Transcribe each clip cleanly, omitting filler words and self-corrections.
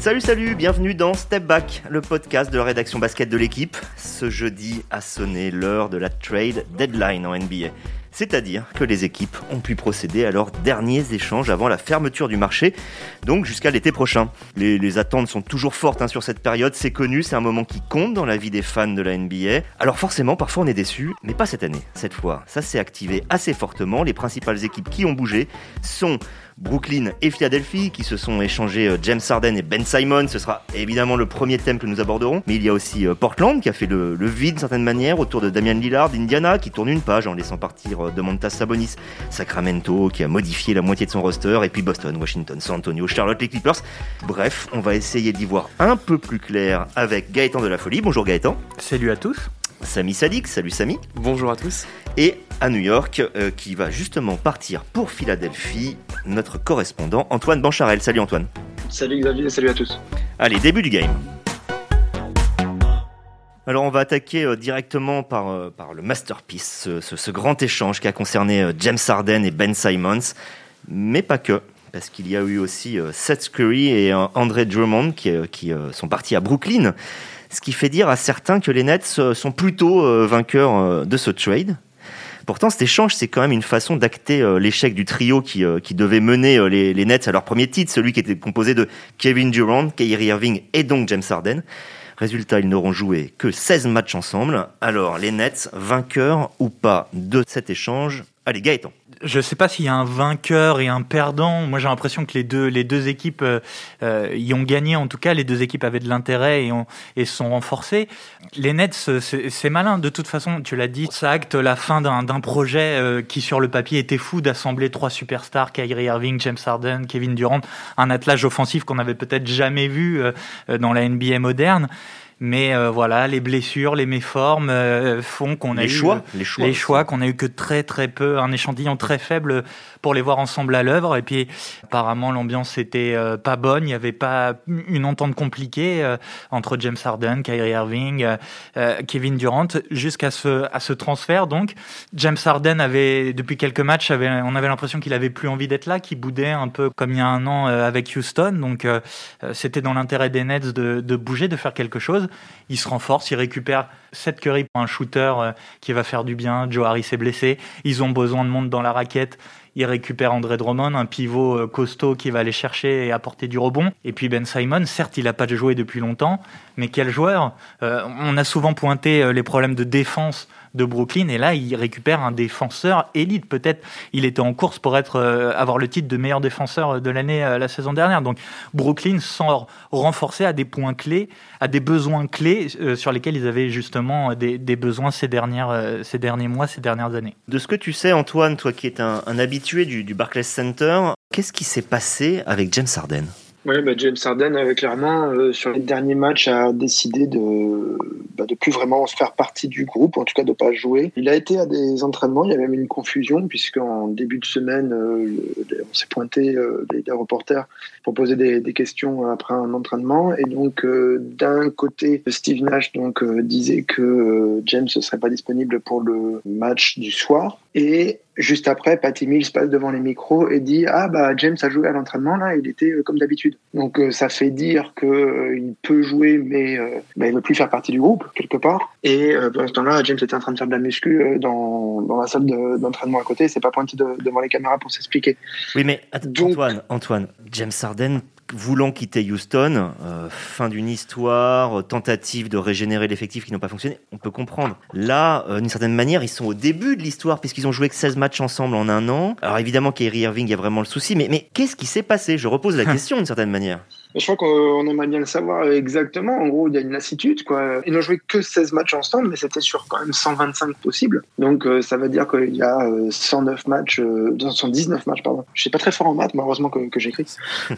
Salut, bienvenue dans Step Back, le podcast de la rédaction basket de l'équipe. Ce jeudi a sonné l'heure de la trade deadline en NBA. C'est-à-dire que les équipes ont pu procéder à leurs derniers échanges avant la fermeture du marché, donc jusqu'à l'été prochain. Les attentes sont toujours fortes sur cette période, c'est connu, c'est un moment qui compte dans la vie des fans de la NBA. Alors forcément, parfois on est déçu, mais pas cette année. Cette fois, ça s'est activé assez fortement. Les principales équipes qui ont bougé sont Brooklyn et Philadelphie qui se sont échangés James Harden et Ben Simmons. Ce sera évidemment le premier thème que nous aborderons. Mais il y a aussi Portland qui a fait le vide d'une certaine manière autour de Damian Lillard, Indiana qui tourne une page en laissant partir Domantas Sabonis, Sacramento qui a modifié la moitié de son roster, et puis Boston, Washington, San Antonio, Charlotte, les Clippers. Bref, on va essayer d'y voir un peu plus clair avec Gaëtan de la Folie. Bonjour Gaëtan. Salut à tous. Samy Sadik, salut Samy. Bonjour à tous. Et à New York, qui va justement partir pour Philadelphie, notre correspondant Antoine Bancharel. Salut Antoine. Salut Xavier, salut à tous. Allez, début du game. Alors on va attaquer directement par le masterpiece, ce grand échange qui a concerné James Harden et Ben Simmons, mais pas que, parce qu'il y a eu aussi Seth Curry et Andre Drummond qui sont partis à Brooklyn. Ce qui fait dire à certains que les Nets sont plutôt vainqueurs de ce trade. Pourtant, cet échange, c'est quand même une façon d'acter l'échec du trio qui devait mener les Nets à leur premier titre, celui qui était composé de Kevin Durant, Kyrie Irving et donc James Harden. Résultat, ils n'auront joué que 16 matchs ensemble. Alors, les Nets, vainqueurs ou pas de cet échange? Allez, Gaëtan. Je ne sais pas s'il y a un vainqueur et un perdant. Moi, j'ai l'impression que les deux équipes y ont gagné. En tout cas, les deux équipes avaient de l'intérêt et se sont renforcées. Les Nets, c'est malin. De toute façon, tu l'as dit, ça acte la fin d'un projet qui, sur le papier, était fou, d'assembler trois superstars, Kyrie Irving, James Harden, Kevin Durant, un attelage offensif qu'on n'avait peut-être jamais vu dans la NBA moderne. Mais voilà, les blessures, les méformes font qu'on a les choix qu'on a eu que très très peu, un échantillon très faible pour les voir ensemble à l'œuvre. Et puis apparemment l'ambiance était pas bonne, il y avait pas une entente compliquée entre James Harden, Kyrie Irving, Kevin Durant jusqu'à ce transfert. Donc James Harden avait depuis quelques matchs, on avait l'impression qu'il avait plus envie d'être là, qu'il boudait un peu comme il y a un an avec Houston. Donc c'était dans l'intérêt des Nets de bouger, de faire quelque chose. Il se renforce, il récupère Seth Curry pour un shooter qui va faire du bien. Joe Harris est blessé, ils ont besoin de monde dans la raquette. Il récupère Andre Drummond, un pivot costaud qui va aller chercher et apporter du rebond. Et puis Ben Simmons, certes, il n'a pas joué depuis longtemps, mais quel joueur. On a souvent pointé les problèmes de défense de Brooklyn, et là, il récupère un défenseur élite. Peut-être il était en course pour avoir le titre de meilleur défenseur de l'année la saison dernière. Donc Brooklyn sort renforcé à des points clés, à des besoins clés sur lesquels ils avaient justement des besoins ces derniers mois, ces dernières années. De ce que tu sais, Antoine, toi qui es un habitué du Barclays Center, qu'est-ce qui s'est passé avec James Harden ? Oui, James Harden, clairement, sur les derniers matchs, a décidé de plus vraiment faire partie du groupe, en tout cas de pas jouer. Il a été à des entraînements, il y a même une confusion, puisqu'en début de semaine, on s'est pointé, les reporters, pour poser des questions après un entraînement. Et donc, d'un côté, Steve Nash disait que James ne serait pas disponible pour le match du soir. Et juste après, Patty Mills passe devant les micros et dit « James a joué à l'entraînement, là, il était comme d'habitude ». Donc ça fait dire qu'il peut jouer, mais il ne veut plus faire partie du groupe, quelque part. Et pendant ce temps-là, James était en train de faire de la muscu dans la salle d'entraînement à côté. Il ne s'est pas pointé devant les caméras pour s'expliquer. Oui, mais Antoine, James Harden, voulant quitter Houston, fin d'une histoire, tentative de régénérer l'effectif qui n'ont pas fonctionné, on peut comprendre. Là, d'une certaine manière, ils sont au début de l'histoire puisqu'ils ont joué que 16 matchs ensemble en un an. Alors évidemment, Kyrie Irving, il y a vraiment le souci, mais qu'est-ce qui s'est passé ? Je repose la question d'une certaine manière. Je crois qu'on aimerait bien le savoir exactement. En gros, il y a une lassitude, quoi. Ils n'ont joué que 16 matchs ensemble, mais c'était sur quand même 125 possibles. Donc, ça veut dire qu'il y a 119 matchs, pardon. Je suis pas très fort en maths, mais heureusement que j'écris.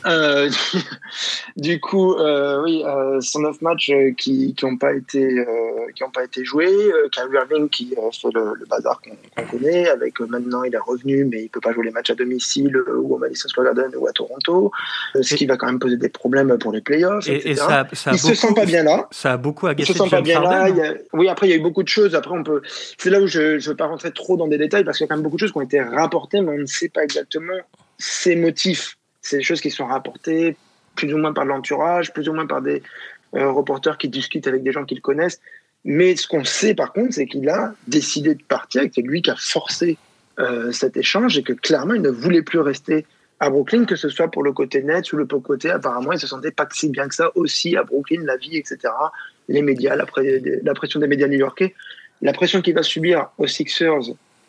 Du coup, 109 matchs qui n'ont pas été joués. Kyrie Irving qui fait le bazar qu'on connaît. Avec maintenant, il est revenu, mais il peut pas jouer les matchs à domicile ou au Madison Square Garden ou à Toronto. Ce qui va quand même poser des problèmes pour les playoffs, etc. Il se sent pas bien là. Ça a beaucoup agacé. Il se sent pas bien là. Oui, après il y a eu beaucoup de choses. Après c'est là où je veux pas rentrer trop dans des détails parce qu'il y a quand même beaucoup de choses qui ont été rapportées, mais on ne sait pas exactement ses motifs. C'est des choses qui sont rapportées plus ou moins par l'entourage, plus ou moins par des reporters qui discutent avec des gens qu'ils connaissent. Mais ce qu'on sait par contre, c'est qu'il a décidé de partir, et que c'est lui qui a forcé cet échange, et que clairement il ne voulait plus rester à Brooklyn, que ce soit pour le côté Nets ou le côté, apparemment il se sentait pas si bien que ça aussi à Brooklyn, la vie, etc. Les médias, la pression des médias new-yorkais, la pression qu'il va subir aux Sixers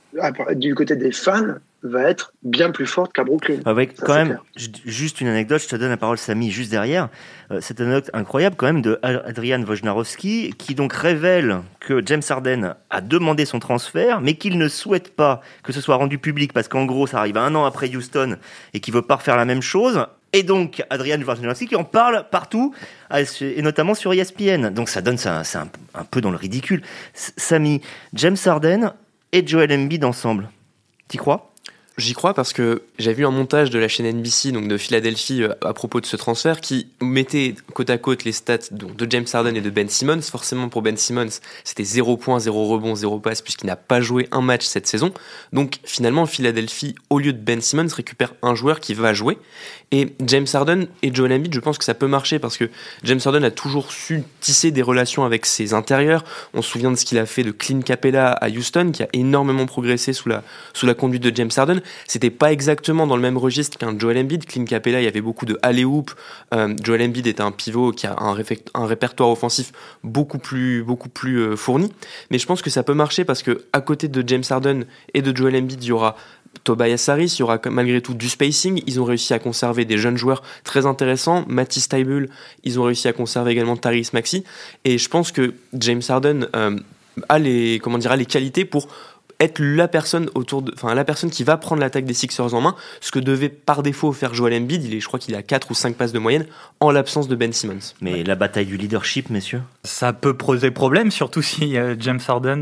du côté des fans va être bien plus forte qu'à Brooklyn. Avec ça, quand même, clair. juste une anecdote, je te donne la parole Samy juste derrière. Cette anecdote incroyable quand même de Adrian Wojnarowski qui donc révèle que James Harden a demandé son transfert mais qu'il ne souhaite pas que ce soit rendu public parce qu'en gros ça arrive 1 an après Houston et qu'il veut pas refaire la même chose. Et donc Adrian Wojnarowski qui en parle partout et notamment sur ESPN. Donc ça donne ça, c'est un peu dans le ridicule. Samy, James Harden et Joel Embiid ensemble, t'y crois ? J'y crois parce que j'ai vu un montage de la chaîne NBC, donc de Philadelphie, à propos de ce transfert, qui mettait côte à côte les stats donc, de James Harden et de Ben Simmons. Forcément, pour Ben Simmons, c'était 0 points, 0 rebond, 0 passe, puisqu'il n'a pas joué un match cette saison. Donc, finalement, Philadelphie, au lieu de Ben Simmons, récupère un joueur qui va jouer. Et James Harden et Joel Embiid, je pense que ça peut marcher parce que James Harden a toujours su tisser des relations avec ses intérieurs. On se souvient de ce qu'il a fait de Clint Capella à Houston, qui a énormément progressé sous la conduite de James Harden. C'était pas exactement dans le même registre qu'un Joel Embiid. Clint Capella, il y avait beaucoup de alley-oop. Joel Embiid est un pivot qui a un répertoire offensif beaucoup plus fourni. Mais je pense que ça peut marcher parce que à côté de James Harden et de Joel Embiid, il y aura Tobias Harris, il y aura malgré tout du spacing. Ils ont réussi à conserver des jeunes joueurs très intéressants. Matisse Thybulle, ils ont réussi à conserver également Tyrese Maxey. Et je pense que James Harden a les qualités pour être la personne qui va prendre l'attaque des Sixers en main, ce que devait par défaut faire Joel Embiid. Je crois qu'il a 4 ou 5 passes de moyenne en l'absence de Ben Simmons. Mais la bataille du leadership, messieurs, ça peut poser problème, surtout si James Harden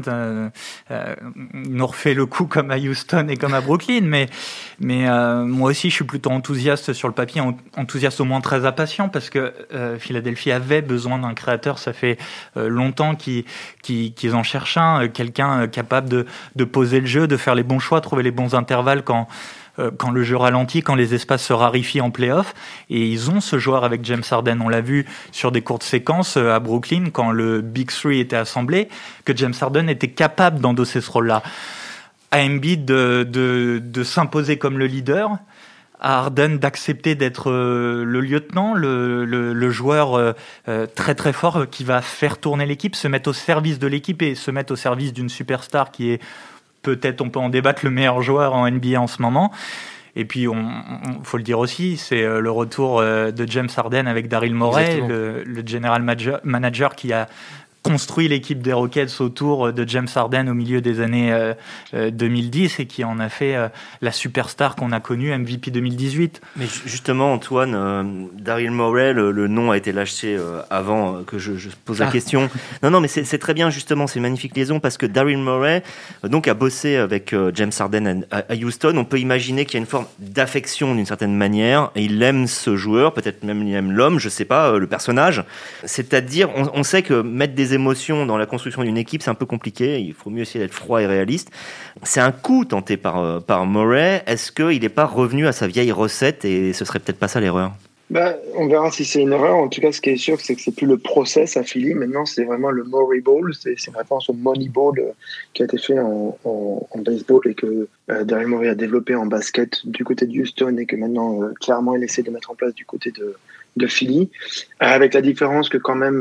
nous refait le coup comme à Houston et comme à Brooklyn. Mais moi aussi, je suis plutôt enthousiaste sur le papier, enthousiaste au moins très impatient, parce que Philadelphie avait besoin d'un créateur. Ça fait longtemps qu'ils en cherchent un, quelqu'un capable de poser le jeu, de faire les bons choix, trouver les bons intervalles quand le jeu ralentit, quand les espaces se raréfient en play-off. Et ils ont ce joueur avec James Harden. On l'a vu sur des courtes séquences à Brooklyn, quand le Big Three était assemblé, que James Harden était capable d'endosser ce rôle-là. À Embiid de s'imposer comme le leader, à Harden d'accepter d'être le lieutenant, le joueur très très fort qui va faire tourner l'équipe, se mettre au service de l'équipe et se mettre au service d'une superstar qui est peut-être, on peut en débattre, le meilleur joueur en NBA en ce moment. Et puis, faut le dire aussi, c'est le retour de James Harden avec Daryl Morey, le general manager qui a construit l'équipe des Rockets autour de James Harden au milieu des années 2010 et qui en a fait la superstar qu'on a connue, MVP 2018. Mais justement, Antoine, Daryl Morey, le nom a été lâché avant que je pose la question. Non, mais c'est très bien, justement, c'est une magnifique liaison parce que Daryl Morey donc, a bossé avec James Harden à Houston. On peut imaginer qu'il y a une forme d'affection d'une certaine manière et il aime ce joueur, peut-être même il aime l'homme, je sais pas, le personnage. C'est-à-dire, on sait que mettre des émotions dans la construction d'une équipe, c'est un peu compliqué. Il faut mieux essayer d'être froid et réaliste. C'est un coup tenté par Morey. Est-ce qu'il n'est pas revenu à sa vieille recette et ce serait peut-être pas ça l'erreur? On verra si c'est une erreur. En tout cas, ce qui est sûr, c'est que c'est plus le process à Philly. Maintenant, c'est vraiment le Morey Ball. C'est une référence au Money Ball qui a été fait en baseball et que Daryl Morey a développé en basket du côté de Houston et que maintenant, clairement, il essaie de mettre en place du côté de Philly, avec la différence que quand même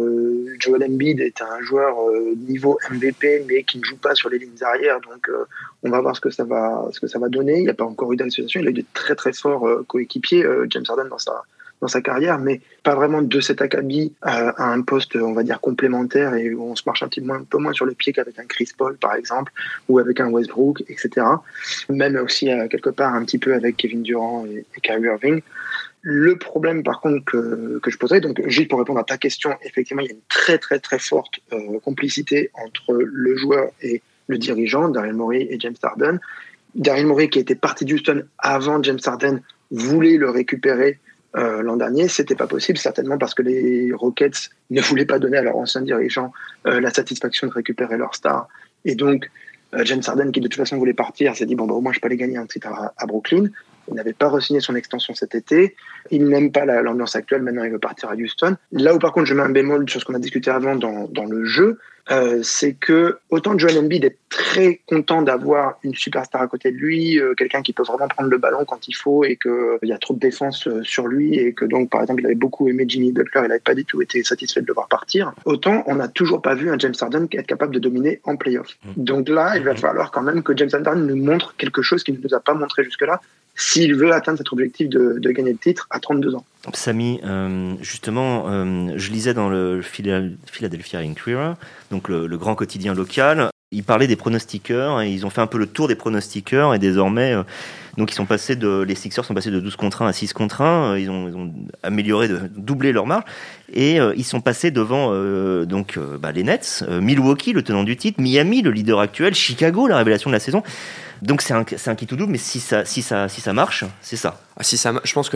Joel Embiid est un joueur niveau MVP mais qui ne joue pas sur les lignes arrière, donc on va voir ce que ça va donner. Il n'y a pas encore eu d'arrestation, il a eu de très très forts coéquipiers, James Harden dans sa carrière, mais pas vraiment de cet acabit à un poste, on va dire, complémentaire et où on se marche un peu moins sur les pieds qu'avec un Chris Paul, par exemple, ou avec un Westbrook, etc. Même aussi, quelque part, un petit peu avec Kevin Durant et Kyrie Irving. Le problème, par contre, que je poserais, donc, Gilles, pour répondre à ta question, effectivement, il y a une très, très, très forte complicité entre le joueur et le dirigeant, Daryl Morey et James Harden. Daryl Morey, qui était parti d'Houston avant James Harden, voulait le récupérer l'an dernier. C'était pas possible, certainement parce que les Rockets ne voulaient pas donner à leur ancien dirigeant la satisfaction de récupérer leur star. Et donc, James Harden, qui de toute façon voulait partir, s'est dit, au moins je peux aller gagner un titre à Brooklyn. Il n'avait pas re-signé son extension cet été. Il n'aime pas l'ambiance actuelle. Maintenant, il veut partir à Houston. Là où, par contre, je mets un bémol sur ce qu'on a discuté avant dans le jeu, c'est que autant Joel Embiid est très content d'avoir une superstar à côté de lui, quelqu'un qui peut vraiment prendre le ballon quand il faut et qu'il y a trop de défense sur lui et que donc, par exemple, il avait beaucoup aimé Jimmy Butler, il n'avait pas du tout été satisfait de le voir partir. Autant, on n'a toujours pas vu un James Harden être capable de dominer en play-off. Donc là, il va falloir quand même que James Harden nous montre quelque chose qu'il ne nous a pas montré jusque-là, s'il veut atteindre cet objectif de gagner le titre à 32 ans. Samy, justement, je lisais dans le Philadelphia Inquirer, donc le grand quotidien local, ils parlaient des pronostiqueurs, et ils ont fait un peu le tour des pronostiqueurs, et désormais, donc les Sixers sont passés de 12 contre 1 à 6 contre 1, ils ont amélioré, doublé leur marge, et ils sont passés devant les Nets, Milwaukee, le tenant du titre, Miami, le leader actuel, Chicago, la révélation de la saison. Donc c'est un qui tout double, mais si ça marche, c'est ça. Je pense que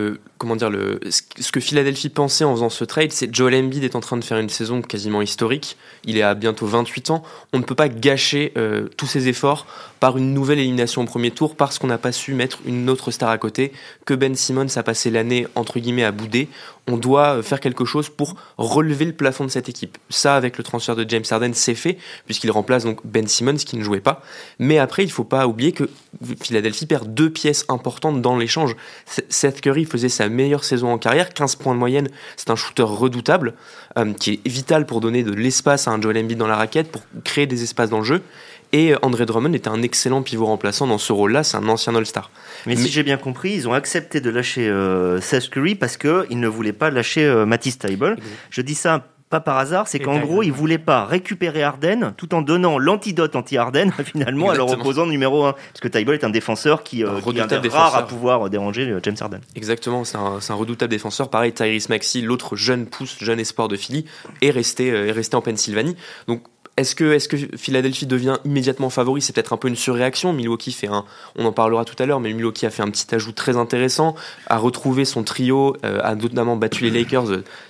ce que Philadelphie pensait en faisant ce trade, c'est que Joel Embiid est en train de faire une saison quasiment historique. Il est à bientôt 28 ans. On ne peut pas gâcher tous ses efforts par une nouvelle élimination au premier tour parce qu'on n'a pas su mettre une autre star à côté, que Ben Simmons a passé l'année entre guillemets à bouder. On doit faire quelque chose pour relever le plafond de cette équipe. Ça, avec le transfert de James Harden, c'est fait, puisqu'il remplace donc Ben Simmons qui ne jouait pas. Mais après, il ne faut pas oublier que Philadelphie perd 2 pièces importantes dans l'échange. Seth Curry faisait sa meilleure saison en carrière, 15 points de moyenne, c'est un shooter redoutable, qui est vital pour donner de l'espace à un Joel Embiid dans la raquette, pour créer des espaces dans le jeu. Et Andre Drummond était un excellent pivot remplaçant dans ce rôle-là, c'est un ancien All-Star. Mais si j'ai bien compris, ils ont accepté de lâcher Seth Curry parce qu'ils ne voulaient pas lâcher Matisse Thybulle. Je dis ça pas par hasard, c'est qu'en gros, ils ne voulaient pas récupérer Harden tout en donnant l'antidote anti-Harden finalement à leur opposant numéro 1. Parce que Thybulle est un défenseur qui est rare à pouvoir déranger James Harden. Exactement, c'est un redoutable défenseur. Pareil, Tyrese Maxey, l'autre jeune espoir de Philly, est resté en Pennsylvanie. Donc, est-ce que Philadelphie devient immédiatement favori ? C'est peut-être un peu une surréaction. Milwaukee on en parlera tout à l'heure, mais Milwaukee a fait un petit ajout très intéressant, a retrouvé son trio, a notamment battu les Lakers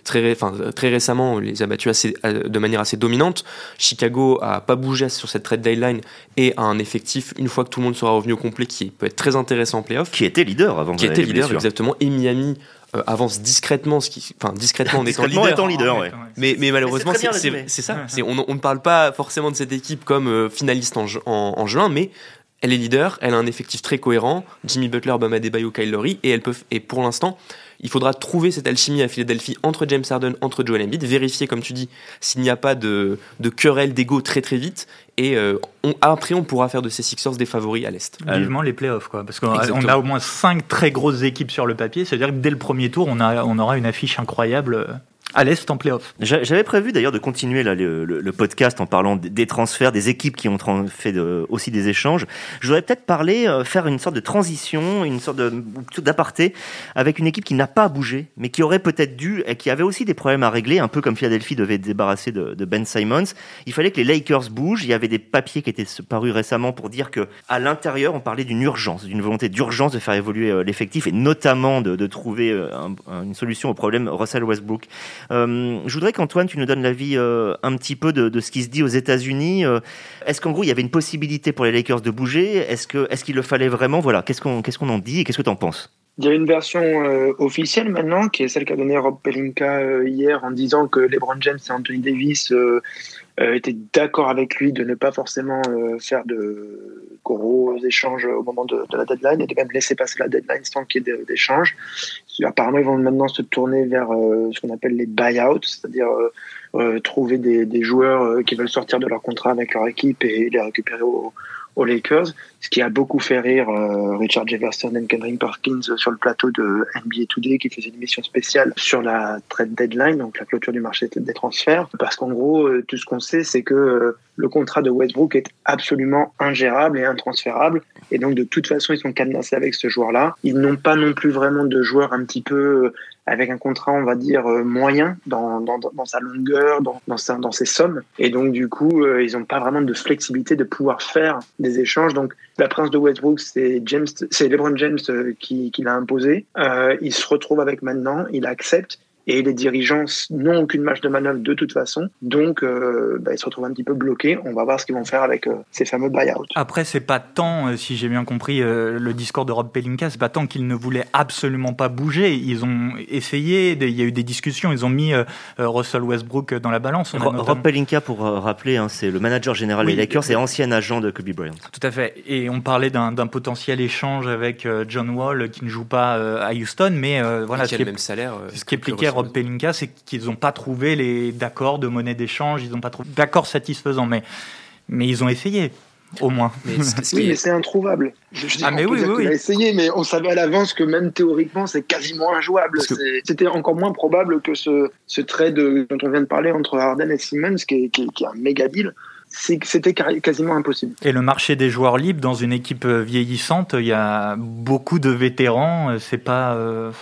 très récemment, les a battus de manière assez dominante. Chicago a pas bougé sur cette trade deadline et a un effectif, une fois que tout le monde sera revenu au complet, qui peut être très intéressant en play-off. Qui était leader avant. Qui était leader, exactement. Et Miami avance discrètement, discrètement étant leader. Ouais. Mais malheureusement, c'est ça. On ne parle pas forcément de cette équipe comme finaliste en juin, mais elle est leader, elle a un effectif très cohérent. Jimmy Butler, Bam Adebayo, Kyle Lowry, et pour l'instant, il faudra trouver cette alchimie à Philadelphie entre James Harden, entre Joel Embiid, vérifier, comme tu dis, s'il n'y a pas de querelle d'ego très très vite. Et après, on pourra faire de ces Sixers des favoris à l'Est. Vivement les playoffs, quoi. Parce qu'on a au moins 5 très grosses équipes sur le papier. C'est-à-dire que dès le premier tour, on aura une affiche incroyable à l'Est en play-off. J'avais prévu d'ailleurs de continuer là, le podcast en parlant des transferts, des équipes qui ont fait aussi des échanges. Je voudrais peut-être faire une sorte de transition, une sorte d'aparté avec une équipe qui n'a pas bougé, mais qui aurait peut-être dû, et qui avait aussi des problèmes à régler, un peu comme Philadelphie devait être débarrassé de Ben Simmons. Il fallait que les Lakers bougent. Il y avait des papiers qui étaient parus récemment pour dire que à l'intérieur, on parlait d'une volonté d'urgence de faire évoluer l'effectif et notamment de trouver une solution au problème Russell Westbrook. Je voudrais qu'Antoine, tu nous donnes l'avis un petit peu de ce qui se dit aux États-Unis. Est-ce qu'en gros, il y avait une possibilité pour les Lakers de bouger ? Est-ce qu'il le fallait vraiment ? Voilà, qu'est-ce qu'on en dit et qu'est-ce que tu en penses ? Il y a une version officielle maintenant, qui est celle qu'a donnée Rob Pelinka hier en disant que LeBron James et Anthony Davis étaient d'accord avec lui de ne pas forcément faire de gros échanges au moment de la deadline et de même laisser passer la deadline sans qu'il y ait d'échanges. Apparemment, ils vont maintenant se tourner vers ce qu'on appelle les buyouts, c'est-à-dire trouver des joueurs qui veulent sortir de leur contrat avec leur équipe et les récupérer aux Lakers, ce qui a beaucoup fait rire Richard Jefferson et Kendrick Perkins sur le plateau de NBA Today qui faisait une émission spéciale sur la trade deadline, donc la clôture du marché des transferts, parce qu'en gros, tout ce qu'on sait, c'est que le contrat de Westbrook est absolument ingérable et intransférable, et donc de toute façon, ils sont cadenassés avec ce joueur-là. Ils n'ont pas non plus vraiment de joueurs un petit peu avec un contrat, on va dire, moyen dans sa longueur, dans ses sommes. Et donc, du coup, ils n'ont pas vraiment de flexibilité de pouvoir faire des échanges. Donc, la prince de Westbrook, c'est LeBron James qui l'a imposé. Il se retrouve avec maintenant, il accepte. et les dirigeants n'ont aucune marge de manœuvre de toute façon. Donc, ils se retrouvent un petit peu bloqués. On va voir ce qu'ils vont faire avec ces fameux buyouts. Après, c'est pas tant, si j'ai bien compris le discours de Rob Pelinka, c'est pas tant qu'ils ne voulaient absolument pas bouger. Ils ont essayé, il y a eu des discussions, ils ont mis Russell Westbrook dans la balance. Rob Pelinka, pour rappeler, c'est le manager général des Lakers, c'est ancien agent de Kobe Bryant. Tout à fait. Et on parlait d'un potentiel échange avec John Wall qui ne joue pas à Houston, mais voilà, qui a le même salaire. Ce qui expliquait Rob Pelinka, c'est qu'ils n'ont pas trouvé d'accords de monnaie d'échange, ils n'ont pas trouvé d'accords satisfaisants, mais ils ont essayé. Au moins. Mais c'est introuvable. Il a essayé, mais on savait à l'avance que même théoriquement, c'est quasiment injouable. C'était encore moins probable que ce trade dont on vient de parler entre Harden et Simmons, qui est un méga deal. C'était quasiment impossible. Et le marché des joueurs libres dans une équipe vieillissante, il y a beaucoup de vétérans. C'est pas,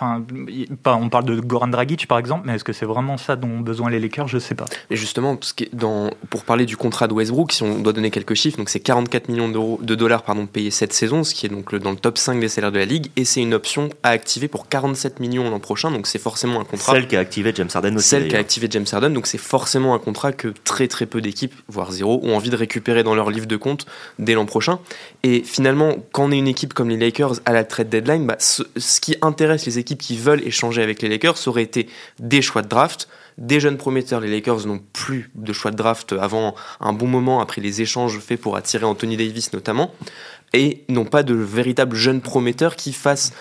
on parle de Goran Dragic par exemple, mais est-ce que c'est vraiment ça dont ont besoin les Lakers? Je sais pas. Et justement, pour parler du contrat de Westbrook, si on doit donner quelques chiffres, donc c'est 44 millions de dollars payés cette saison, ce qui est donc dans le top 5 des salaires de la ligue, et c'est une option à activer pour 47 millions l'an prochain. Donc c'est forcément un contrat. Celle qu'a activé James Harden aussi. Celle qu'a activé James Harden, donc c'est forcément un contrat que très très peu d'équipes, voire zéro, ont envie de récupérer dans leur livre de compte dès l'an prochain. Et finalement, quand on est une équipe comme les Lakers à la trade deadline, ce qui intéresse les équipes qui veulent échanger avec les Lakers, ça aurait été des choix de draft, des jeunes prometteurs. Les Lakers n'ont plus de choix de draft avant un bon moment, après les échanges faits pour attirer Anthony Davis notamment, et n'ont pas de véritables jeunes prometteurs qui fassent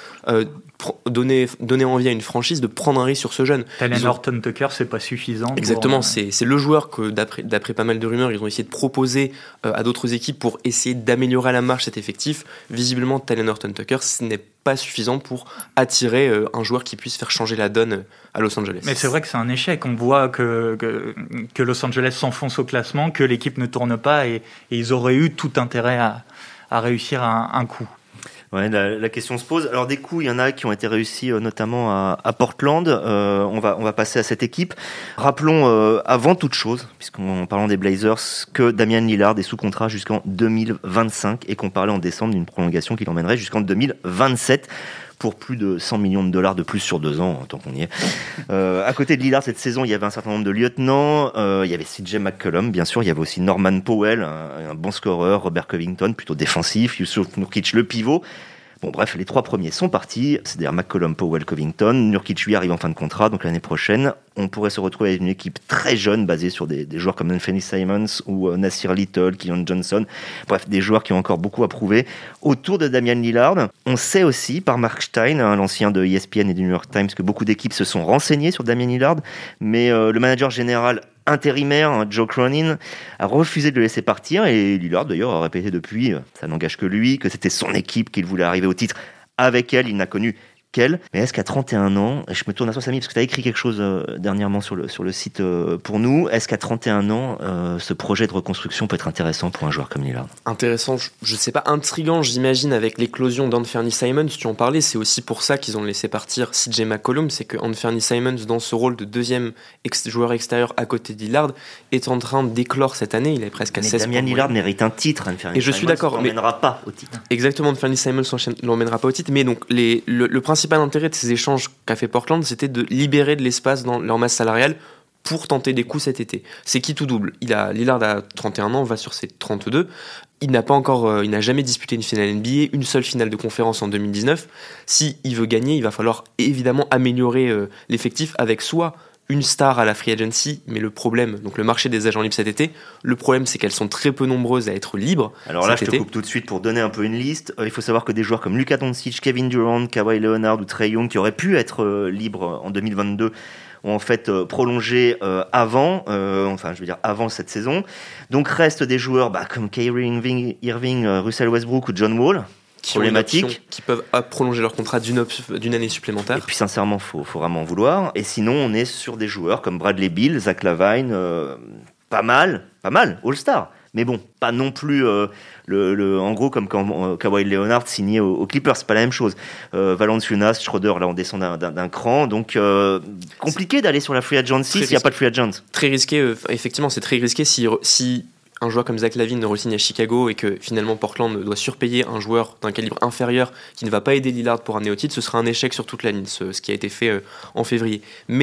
donner envie à une franchise de prendre un risque sur ce jeune. Talen Horton-Tucker, c'est pas suffisant. Exactement, c'est le joueur que d'après pas mal de rumeurs, ils ont essayé de proposer à d'autres équipes pour essayer d'améliorer à la marge cet effectif. Visiblement, Talen Horton-Tucker, ce n'est pas suffisant pour attirer un joueur qui puisse faire changer la donne à Los Angeles. Mais c'est vrai que c'est un échec. On voit que Los Angeles s'enfonce au classement, que l'équipe ne tourne pas et ils auraient eu tout intérêt à réussir un coup. Ouais, la question se pose. Alors des coups, il y en a qui ont été réussis, notamment à Portland. On va passer à cette équipe. Rappelons avant toute chose, puisqu'en parlant des Blazers, que Damian Lillard est sous contrat jusqu'en 2025 et qu'on parlait en décembre d'une prolongation qui l'emmènerait jusqu'en 2027. Pour plus de 100 millions de dollars de plus sur 2 ans, tant qu'on y est. À côté de Lillard, cette saison, il y avait un certain nombre de lieutenants. Il y avait CJ McCollum, bien sûr. Il y avait aussi Norman Powell, un bon scoreur. Robert Covington, plutôt défensif. Jusuf Nurkic, le pivot. Bon, bref, les 3 premiers sont partis. C'est-à-dire McCollum, Powell, Covington. Nurkic, lui, arrive en fin de contrat. Donc l'année prochaine, on pourrait se retrouver avec une équipe très jeune, basée sur des joueurs comme Anthony Simons ou Nasir Little, Keon Johnson. Bref, des joueurs qui ont encore beaucoup à prouver. Autour de Damian Lillard, on sait aussi, par Mark Stein, l'ancien de ESPN et du New York Times, que beaucoup d'équipes se sont renseignées sur Damian Lillard. Mais le manager général intérimaire, Joe Cronin, a refusé de le laisser partir, et Lillard d'ailleurs a répété depuis, ça n'engage que lui, que c'était son équipe qu'il voulait arriver au titre avec elle. Il n'a connu qu'elle. Mais est-ce qu'à 31 ans, et je me tourne à toi Samy, parce que tu as écrit quelque chose dernièrement sur le site pour nous, est-ce qu'à 31 ans, ce projet de reconstruction peut être intéressant pour un joueur comme Lillard? Intéressant, je sais pas, intriguant j'imagine, avec l'éclosion d'Anthony Simons, tu en parlais, c'est aussi pour ça qu'ils ont laissé partir CJ McCollum, c'est que Anthony Simons, dans ce rôle de deuxième joueur extérieur à côté de Lillard, est en train d'éclore cette année, il est presque à 16 points. Damien Lillard mérite un titre, Anthony et je suis d'accord, ne l'emmènera pas au titre. Exactement, Anthony Simons ne l'emmènera pas au titre, mais donc le principal intérêt de ces échanges qu'a fait Portland, c'était de libérer de l'espace dans leur masse salariale pour tenter des coups cet été. C'est qui tout double. Lillard a 31 ans, va sur ses 32. Il n'a jamais disputé une finale NBA, une seule finale de conférence en 2019. Si il veut gagner, il va falloir évidemment améliorer l'effectif avec soit une star à la free agency, mais le problème, donc le marché des agents libres cet été, le problème c'est qu'elles sont très peu nombreuses à être libres. Alors là, je te coupe tout de suite pour donner un peu une liste. Il faut savoir que des joueurs comme Luka Doncic, Kevin Durant, Kawhi Leonard ou Trae Young, qui auraient pu être libres en 2022, ont en fait prolongé avant cette saison. Donc restent des joueurs comme Kyrie Irving, Russell Westbrook ou John Wall, qui peuvent prolonger leur contrat d'une année supplémentaire. Et puis sincèrement, faut vraiment en vouloir. Et sinon, on est sur des joueurs comme Bradley Beal, Zach LaVine, pas mal, All-Star. Mais bon, pas non plus en gros comme quand Kawhi Leonard signait aux Clippers, c'est pas la même chose. Valanciunas, Schroeder, là on descend d'un cran, donc compliqué d'aller sur la free agency s'il n'y a pas de free agent. Très risqué, effectivement, c'est très risqué si un joueur comme Zach LaVine re-signe à Chicago et que finalement Portland doit surpayer un joueur d'un calibre inférieur qui ne va pas aider Lillard pour amener au titre, ce sera un échec sur toute la ligne, ce qui a été fait en février. Mais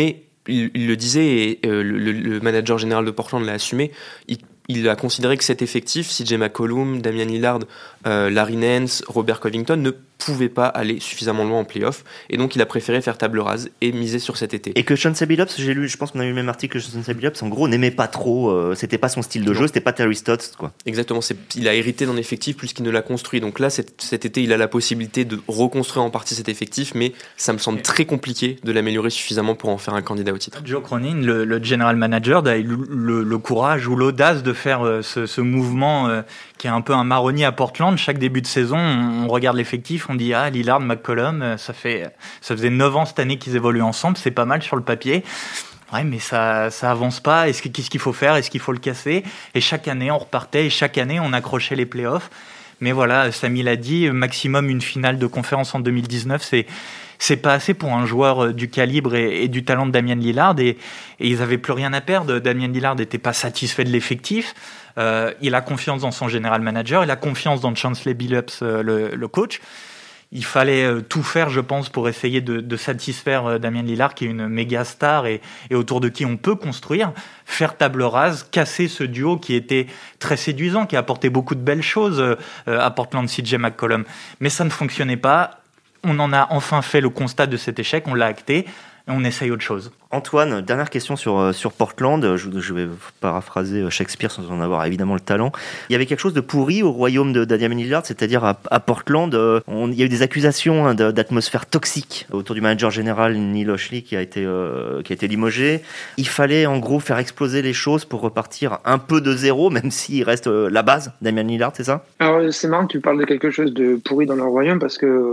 il le disait, et le manager général de Portland l'a assumé, il a considéré que cet effectif, CJ McCollum, Damian Lillard, Larry Nance, Robert Covington, ne pouvait pas aller suffisamment loin en play-off, et donc il a préféré faire table rase et miser sur cet été. Et que Chauncey Billups, j'ai lu, je pense qu'on a eu le même article que Chauncey Billups, en gros n'aimait pas trop, c'était pas son style de jeu, c'était pas Terry Stotts, quoi. Exactement, il a hérité d'un effectif plus qu'il ne l'a construit, donc là cet été il a la possibilité de reconstruire en partie cet effectif, mais ça me semble très compliqué de l'améliorer suffisamment pour en faire un candidat au titre. Joe Cronin, le general manager, a eu le courage ou l'audace de faire ce mouvement qui est un peu un marronnier à Portland. Chaque début de saison, on regarde l'effectif, on dit Lillard, McCollum, ça faisait 9 ans cette année qu'ils évoluent ensemble, c'est pas mal sur le papier. Ouais, mais ça avance pas. Qu'est-ce qu'il faut faire? Est-ce qu'il faut le casser? Et chaque année, on repartait et chaque année, on accrochait les playoffs. Mais voilà, Samy l'a dit, maximum une finale de conférence en 2019, c'est pas assez pour un joueur du calibre et du talent de Damian Lillard, et ils avaient plus rien à perdre. Damian Lillard n'était pas satisfait de l'effectif. Il a confiance dans son general manager, il a confiance dans Chauncey Billups, le coach. Il fallait tout faire, je pense, pour essayer de satisfaire Damian Lillard, qui est une méga star et autour de qui on peut construire, faire table rase, casser ce duo qui était très séduisant, qui a apporté beaucoup de belles choses à Portland, CJ McCollum. Mais ça ne fonctionnait pas. On en a enfin fait le constat de cet échec, on l'a acté, et on essaye autre chose. Antoine, dernière question sur Portland. Je vais paraphraser Shakespeare sans en avoir évidemment le talent. Il y avait quelque chose de pourri au royaume de Damian Lillard, c'est-à-dire à Portland, il y a eu des accusations d'atmosphère toxique autour du manager général Neil Oshley qui a été limogé. Il fallait en gros faire exploser les choses pour repartir un peu de zéro, même s'il reste la base, Damian Lillard, c'est ça? Alors c'est marrant que tu parles de quelque chose de pourri dans leur royaume, parce que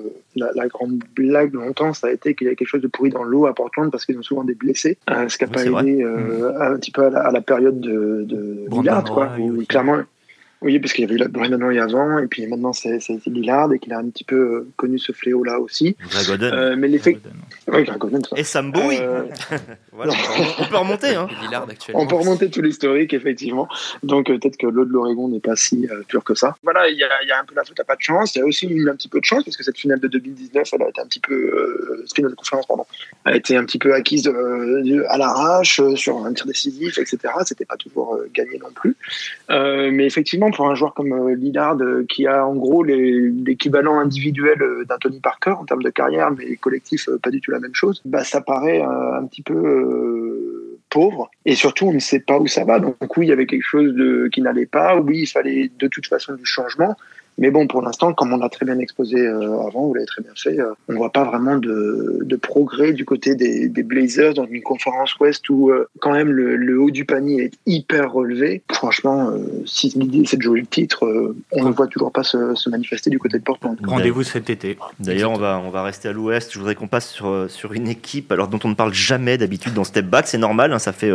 la grande blague longtemps, ça a été qu'il y a quelque chose de pourri dans l'eau à Portland, parce qu'ils ont souvent des blessés, ce qui n'a pas aidé un petit peu à la période de Lillard, quoi, où clairement. Oui, parce qu'il y avait eu Brandon Roy avant, et puis maintenant c'est Lillard, et qu'il a un petit peu connu ce fléau-là aussi. Greg Oden. Mais l'effet... Oui, Greg Oden. Et Sam Bowie. Voilà, on peut remonter. Hein. Lillard, actuellement. On peut remonter tout l'historique, effectivement. Donc peut-être que l'eau de l'Oregon n'est pas si pure que ça. Voilà, il y a un peu la faute à pas de chance. Il y a aussi eu un petit peu de chance, parce que cette finale de 2019, elle a été un petit peu... finale de conférence, pardon. A été un petit peu acquise à l'arrache, sur un tir décisif, etc. C'était pas toujours gagné non plus. Mais effectivement, pour un joueur comme Lillard, qui a en gros l'équivalent individuel d'un Tony Parker en termes de carrière, mais collectif, pas du tout la même chose, bah, ça paraît un petit peu pauvre. Et surtout, on ne sait pas où ça va. Donc oui, il y avait quelque chose qui n'allait pas. Oui, il fallait de toute façon du changement. Mais bon, pour l'instant, comme on l'a très bien exposé avant, vous l'avez très bien fait, on ne voit pas vraiment de progrès du côté des Blazers dans une conférence Ouest où quand même le haut du panier est hyper relevé. Franchement, si l'idée c'est de jouer le titre, on ne voit toujours pas se manifester du côté de Portland. Rendez-vous cet été. D'ailleurs, on va rester à l'Ouest. Je voudrais qu'on passe sur une équipe dont on ne parle jamais d'habitude dans Step Back. C'est normal, hein, ça fait...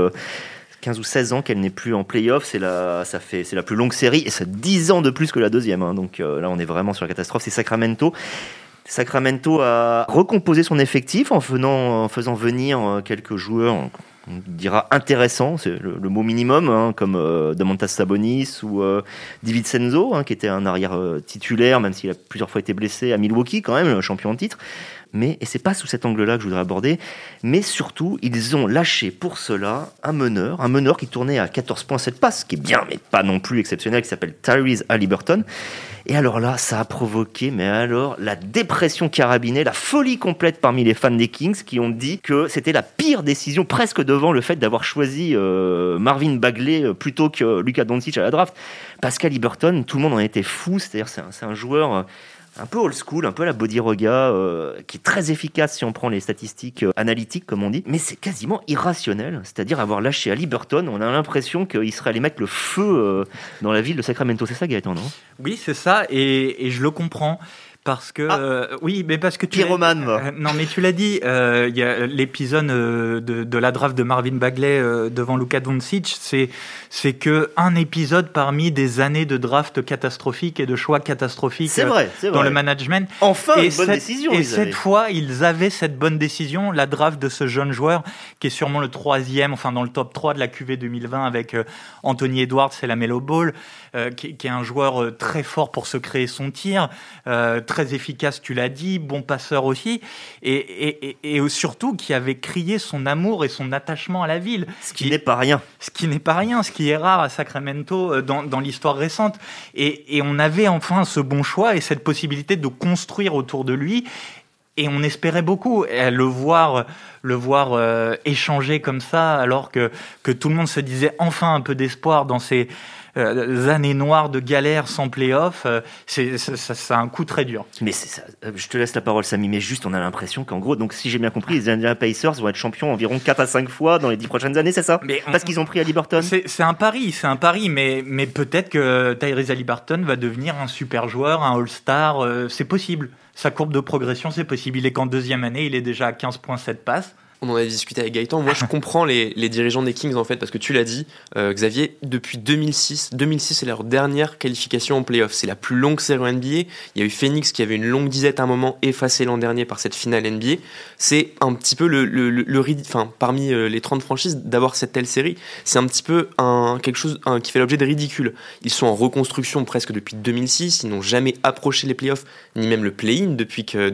15 ou 16 ans qu'elle n'est plus en play-off, c'est la plus longue série, et c'est 10 ans de plus que la deuxième, hein. Donc là on est vraiment sur la catastrophe. C'est Sacramento. Sacramento a recomposé son effectif en faisant venir quelques joueurs, on dira intéressants, c'est le mot minimum, hein, comme Domantas Sabonis ou DiVincenzo, hein, qui était un arrière titulaire, même s'il a plusieurs fois été blessé à Milwaukee quand même, champion de titre. Et c'est pas sous cet angle-là que je voudrais aborder, mais surtout, ils ont lâché pour cela un meneur qui tournait à 14 points 7 passes, ce qui est bien, mais pas non plus exceptionnel, qui s'appelle Tyrese Haliburton. Et alors là, ça a provoqué, la dépression carabinée, la folie complète parmi les fans des Kings, qui ont dit que c'était la pire décision, presque devant le fait d'avoir choisi Marvin Bagley plutôt que Luka Doncic à la draft. Parce qu'Haliburton, tout le monde en était fou, c'est-à-dire c'est un joueur... un peu old school, un peu la Bodiroga, qui est très efficace si on prend les statistiques analytiques, comme on dit, mais c'est quasiment irrationnel. C'est-à-dire avoir lâché Haliburton, on a l'impression qu'il serait allé mettre le feu dans la ville de Sacramento. C'est ça, Gaëtan, non? Oui, c'est ça, et je le comprends. Parce que oui, mais parce que pyromane. Non, mais tu l'as dit, il y a l'épisode de la draft de Marvin Bagley devant Luka Doncic, c'est que un épisode parmi des années de draft catastrophiques et de choix catastrophiques c'est vrai. Dans le management. Enfin, une bonne décision. Et cette fois, ils avaient cette bonne décision, la draft de ce jeune joueur qui est sûrement le troisième, enfin dans le top 3 de la QV 2020 avec Anthony Edwards et la Melo Ball, qui est un joueur très fort pour se créer son tir, très efficace, tu l'as dit, bon passeur aussi, et surtout qui avait crié son amour et son attachement à la ville. Ce qui n'est pas rien. Ce qui n'est pas rien, ce qui est rare à Sacramento dans l'histoire récente. Et on avait enfin ce bon choix et cette possibilité de construire autour de lui. Et on espérait beaucoup le voir échanger comme ça, alors que tout le monde se disait enfin un peu d'espoir dans ces années noires de galère sans play-off. C'est un coup très dur. Mais c'est ça. Je te laisse la parole, Samy, mais juste on a l'impression qu'en gros, donc si j'ai bien compris, les Indiana Pacers vont être champions environ 4 à 5 fois dans les 10 prochaines années, c'est ça? Parce qu'ils ont pris Haliburton. C'est un pari, mais peut-être que Tyrese Haliburton va devenir un super joueur, un All-Star, c'est possible. Sa courbe de progression, c'est possible. Il est qu'en deuxième année, il est déjà à 15,7 passes. On en a discuté avec Gaëtan. Moi, je comprends les dirigeants des Kings, en fait, parce que tu l'as dit, Xavier, depuis 2006, c'est leur dernière qualification en play-off. C'est la plus longue série en NBA. Il y a eu Phoenix qui avait une longue disette à un moment, effacée l'an dernier par cette finale NBA. C'est un petit peu parmi les 30 franchises, d'avoir cette telle série, c'est un petit peu quelque chose qui fait l'objet de ridicule. Ils sont en reconstruction presque depuis 2006. Ils n'ont jamais approché les play-offs, ni même le play-in depuis que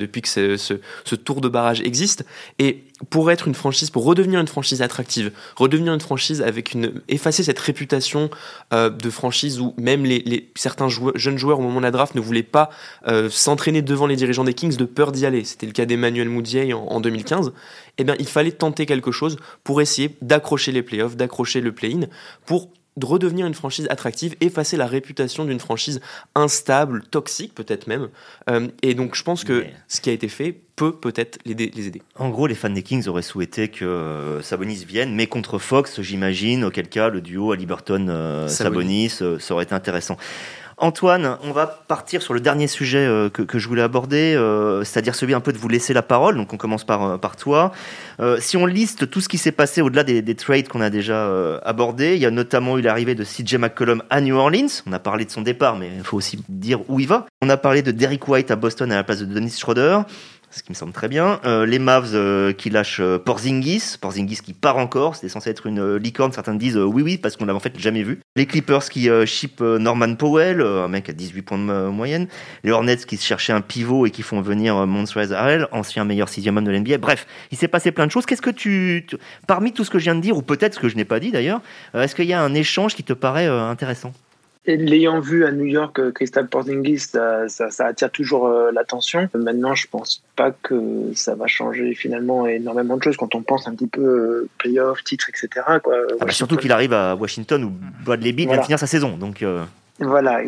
ce tour de barrage existe. Et pour redevenir une franchise attractive, redevenir une franchise effacer cette réputation de franchise où même certains jeunes joueurs au moment de la draft ne voulaient pas s'entraîner devant les dirigeants des Kings de peur d'y aller. C'était le cas d'Emmanuel Mudiay en 2015. Eh bien, il fallait tenter quelque chose pour essayer d'accrocher les playoffs, d'accrocher le play-in, pour de redevenir une franchise attractive, effacer la réputation d'une franchise instable, toxique peut-être même. Et donc je pense que ce qui a été fait peut-être les aider. En gros, les fans des Kings auraient souhaité que Sabonis vienne, mais contre Fox, j'imagine, auquel cas le duo Haliburton-Sabonis, ça aurait été intéressant. Antoine, on va partir sur le dernier sujet que je voulais aborder, c'est-à-dire celui un peu de vous laisser la parole. Donc on commence par toi. Si on liste tout ce qui s'est passé au-delà des trades qu'on a déjà abordés, il y a notamment eu l'arrivée de CJ McCollum à New Orleans. On a parlé de son départ, mais il faut aussi dire où il va. On a parlé de Derrick White à Boston à la place de Dennis Schroeder, ce qui me semble très bien. Les Mavs qui lâchent Porzingis qui part encore, c'était censé être une licorne, certains disent oui, parce qu'on l'avait en fait jamais vu. Les Clippers qui ship Norman Powell, un mec à 18 points de moyenne. Les Hornets qui se cherchaient un pivot et qui font venir Montrezl Harrell, ancien meilleur 6e homme de l'NBA. Bref, il s'est passé plein de choses. Qu'est-ce que parmi tout ce que je viens de dire, ou peut-être ce que je n'ai pas dit d'ailleurs, est-ce qu'il y a un échange qui te paraît intéressant? Et l'ayant vu à New York, Kristaps Porzingis, ça attire toujours l'attention. Maintenant, je pense pas que ça va changer finalement énormément de choses quand on pense un petit peu playoff, titre, etc. Surtout qu'il arrive à Washington où Bradley Beal vient de finir sa saison. Donc Voilà,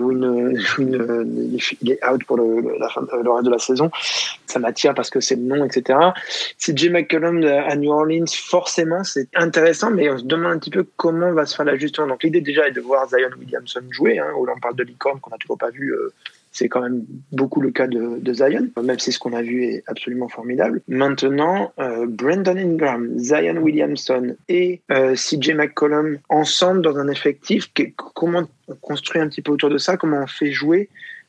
il est out pour le reste de la saison. Ça m'attire parce que c'est le nom, etc. CJ McCollum à New Orleans, forcément, c'est intéressant, mais on se demande un petit peu comment va se faire l'ajustement. Donc l'idée déjà est de voir Zion Williamson jouer, où l'on parle de licorne qu'on n'a toujours pas vu. C'est quand même beaucoup le cas de Zion, même si ce qu'on a vu est absolument formidable. Maintenant, Brandon Ingram, Zion Williamson et CJ McCollum ensemble dans un effectif, comment on construit un petit peu autour de ça, comment on fait jouer.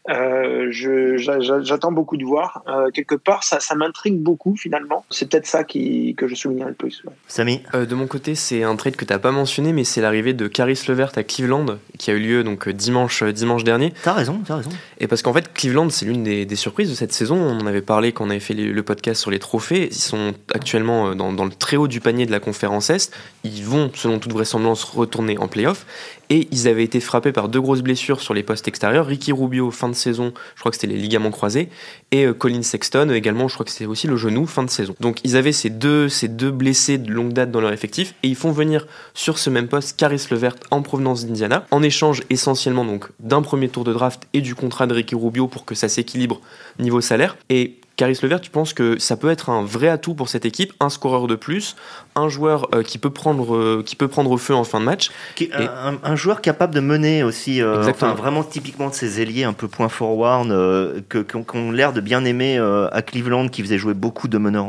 J'attends beaucoup de voir. Quelque part, ça m'intrigue beaucoup finalement. C'est peut-être ça que je soulignerai le plus. Ouais. Samy, de mon côté, c'est un trade que t'as pas mentionné, mais c'est l'arrivée de Caris LeVert à Cleveland qui a eu lieu donc dimanche dernier. T'as raison. Et parce qu'en fait, Cleveland, c'est l'une des surprises de cette saison. On en avait parlé quand on avait fait le podcast sur les trophées. Ils sont actuellement dans le très haut du panier de la conférence Est. Ils vont, selon toute vraisemblance, retourner en play-off. Et ils avaient été frappés par 2 grosses blessures sur les postes extérieurs. Ricky Rubio, fin de saison, je crois que c'était les ligaments croisés. Et Colin Sexton, également, je crois que c'était aussi le genou, fin de saison. Donc ils avaient ces deux blessés de longue date dans leur effectif. Et ils font venir sur ce même poste Caris LeVert en provenance d'Indiana, en échange essentiellement donc, d'un premier tour de draft et du contrat de Ricky Rubio pour que ça s'équilibre niveau salaire. Et Caris LeVert, tu penses que ça peut être un vrai atout pour cette équipe, un scoreur de plus, un joueur qui peut prendre feu en fin de match, un joueur capable de mener aussi, vraiment typiquement de ces ailiers un peu point forward qui ont l'air de bien aimer à Cleveland, qui faisait jouer beaucoup de meneurs ensemble.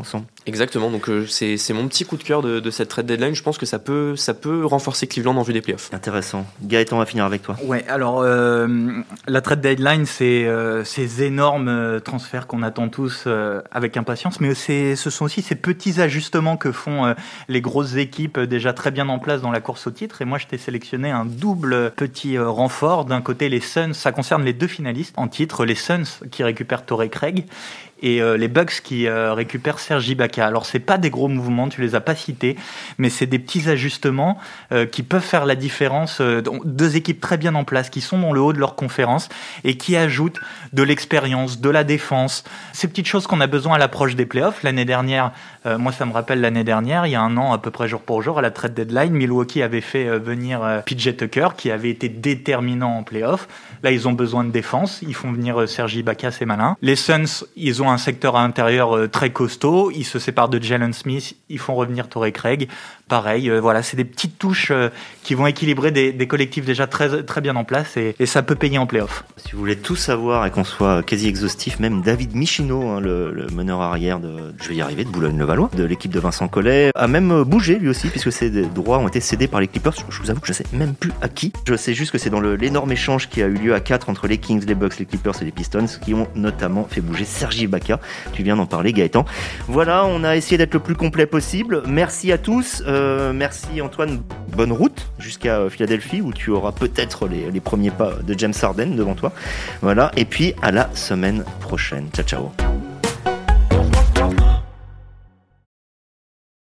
Exactement, donc c'est mon petit coup de cœur de cette trade deadline. Je pense que ça peut renforcer Cleveland en vue des playoffs. Intéressant. Gaëtan, on va finir avec toi. Ouais, alors la trade deadline, c'est ces énormes transferts qu'on attend tous avec impatience, mais ce sont aussi ces petits ajustements que font les grosses équipes déjà très bien en place dans la course au titre. Et moi, je t'ai sélectionné un double petit renfort. D'un côté, les Suns, ça concerne les deux finalistes en titre, les Suns qui récupèrent Torrey Craig et les Bucks qui récupèrent Serge Ibaka. Alors c'est pas des gros mouvements, tu les as pas cités, mais c'est des petits ajustements qui peuvent faire la différence. Deux équipes très bien en place, qui sont dans le haut de leur conférence et qui ajoutent de l'expérience, de la défense. Ces petites choses qu'on a besoin à l'approche des playoffs. L'année dernière, moi ça me rappelle l'année dernière, il y a un an à peu près jour pour jour, à la trade deadline, Milwaukee avait fait venir PJ Tucker qui avait été déterminant en playoffs. Là ils ont besoin de défense, ils font venir Serge Ibaka, c'est malin. Les Suns, ils ont un secteur à l'intérieur très costaud, ils se séparent de Jalen Smith, ils font revenir Torrey Craig. Pareil, voilà, c'est des petites touches qui vont équilibrer des collectifs déjà très, très bien en place et ça peut payer en play-off. Si vous voulez tout savoir et qu'on soit quasi exhaustif, même David Michino, le meneur arrière je vais y arriver, de Boulogne-le-Valois, de l'équipe de Vincent Collet, a même bougé lui aussi puisque ses droits ont été cédés par les Clippers. Je vous avoue que je sais même plus à qui. Je sais juste que c'est dans l'énorme échange qui a eu lieu à 4 entre les Kings, les Bucks, les Clippers et les Pistons qui ont notamment fait bouger Serge Ibaka. Tu viens d'en parler, Gaëtan. Voilà, on a essayé d'être le plus complet possible. Merci à tous. Merci Antoine, bonne route jusqu'à Philadelphie où tu auras peut-être les premiers pas de James Harden devant toi. Voilà, et puis à la semaine prochaine. Ciao, ciao.